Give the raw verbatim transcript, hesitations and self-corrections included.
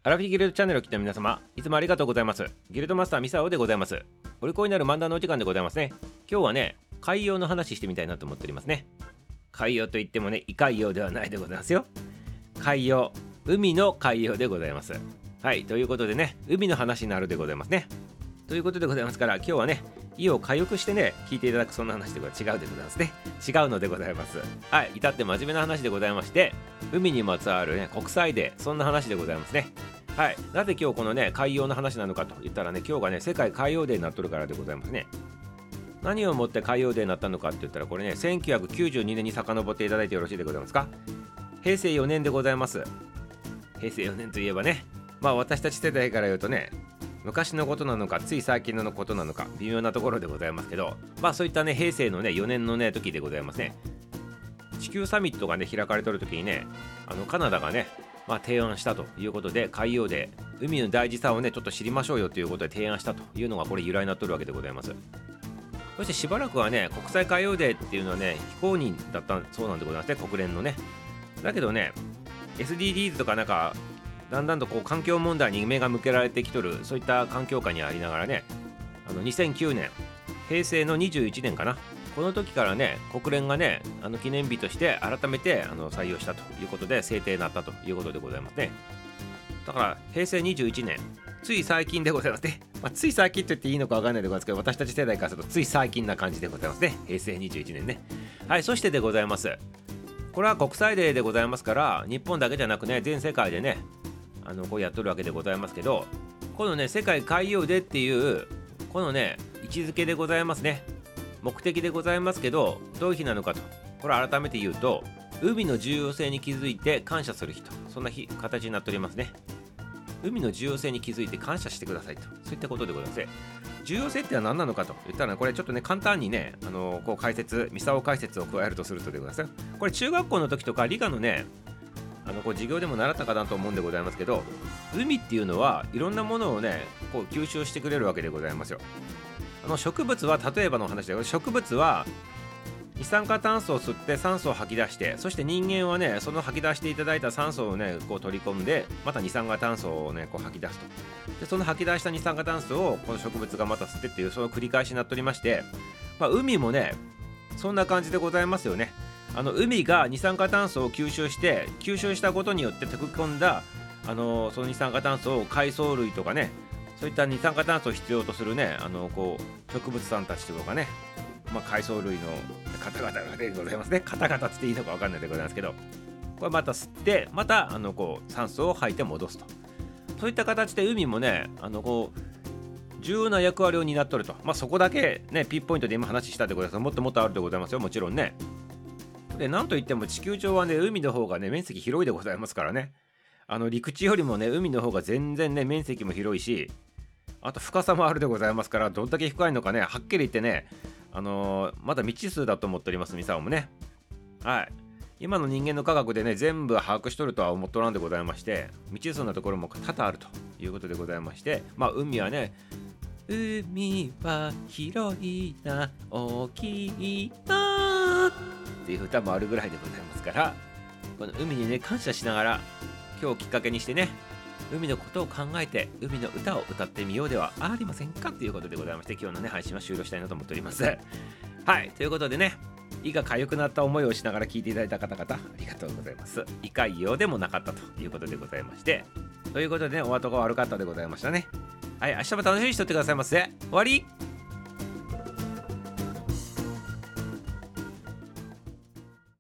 アラフィギルドチャンネルを聞いた皆様、いつもありがとうございます。ギルドマスターミサオでございます。お利口になる漫談のお時間でございますね。今日はね、海洋の話してみたいなと思っておりますね。海洋といってもね、異海洋ではないでございますよ。海洋、海の海洋でございます。はい、ということでね、海の話になるでございますね。ということでございますから、今日はね、意を回復してね、聞いていただくそんな話では違うでございますね。違うのでございます。はい、至って真面目な話でございまして、海にまつわるね、国際でそんな話でございますね。はい、なぜ今日このね、海洋の話なのかと言ったらね、今日がね、世界海洋デーになっとるからでございますね。何をもって海洋デーになったのかって言ったら、これね、せんきゅうひゃくきゅうじゅうにねんに遡っていただいてよろしいでございますか。へいせいよねんでございます。へいせいよねんといえばね、まあ私たち世代から言うとね、昔のことなのかつい最近のことなのか微妙なところでございますけど、まあそういったね、平成のねよねんのね時でございますね。地球サミットがね開かれとる時にね、あのカナダがね、まあ、提案したということで、海洋で海の大事さをねちょっと知りましょうよということで提案したというのがこれ由来になっとるわけでございます。そしてしばらくはね、国際海洋デーっていうのはね非公認だったそうなんでございますね、国連のね。だけどね エスディージーズ とかなんかだんだんとこう環境問題に目が向けられてきとる、そういった環境下にありながらね、あのにせんきゅうねん、平成のにじゅういちねんかな、この時からね国連がね、あの記念日として改めてあの採用したということで制定になったということでございますね。だから平成にじゅういちねん、つい最近でございますね。まあ、つい最近と言っていいのか分かんないでございますけど、私たち世代からするとつい最近な感じでございますね。平成にじゅういちねんね。はい、そしてでございます、これは国際デーでございますから、日本だけじゃなくね、全世界でね、あのこうやっとるわけでございますけど、このね世界海洋デーっていうこのね位置づけでございますね。目的でございますけど、どういう日なのかと、これ改めて言うと、海の重要性に気づいて感謝する日と、そんな日形になっておりますね。海の重要性に気づいて感謝してくださいと、そういったことでございますね。重要性ってのは何なのかと言ったら、これちょっとね簡単にね、あのこう解説、ミサオ解説を加えるとするとでございます。これ中学校の時とか理科のね、あのこう授業でも習ったかなと思うんでございますけど、海っていうのはいろんなものをねこう吸収してくれるわけでございますよ。あの植物は、例えばの話だけど、植物は二酸化炭素を吸って酸素を吐き出して、そして人間はねその吐き出していただいた酸素をねこう取り込んで、また二酸化炭素をねこう吐き出すと。でその吐き出した二酸化炭素をこの植物がまた吸ってっていう、その繰り返しになっておりまして、まあ、海もねそんな感じでございますよね。あの海が二酸化炭素を吸収して吸収したことによって溶け込んだ、あのその二酸化炭素を海藻類とかね、そういった二酸化炭素を必要とするね、あのこう植物さんたちとかね、まあ、海藻類の方々がでございますね。方々って言っていいのか分かんないでございますけど、これまた吸ってまたあのこう酸素を吐いて戻すと、そういった形で海もね、あのこう重要な役割を担っとると。まあそこだけねピンポイントで今話したでございます。もっともっとあるでございますよ、もちろんね。でなんといっても地球上はね海の方がね面積広いでございますからね。あの陸地よりもね海の方が全然ね面積も広いし、あと深さもあるでございますから、どんだけ深いのかね、はっきり言ってね、あのー、まだ未知数だと思っております、ミサオもね。はい、今の人間の科学でね全部把握しとるとは思っとらんでございまして、未知数なところも多々あるということでございまして、まあ海はね、海は広いな大きいなっていう歌もあるぐらいでございますから、この海にね感謝しながら、今日をきっかけにしてね、海のことを考えて海の歌を歌ってみようではありませんかということでございまして、今日のね配信は終了したいなと思っております。はい、ということでね、胃が痒くなった思いをしながら聞いていただいた方々ありがとうございます。胃潰瘍でもなかったということでございまして、ということでね、お後が悪かったでございましたね。はい、明日も楽しみにしておってくださいませ。終わり。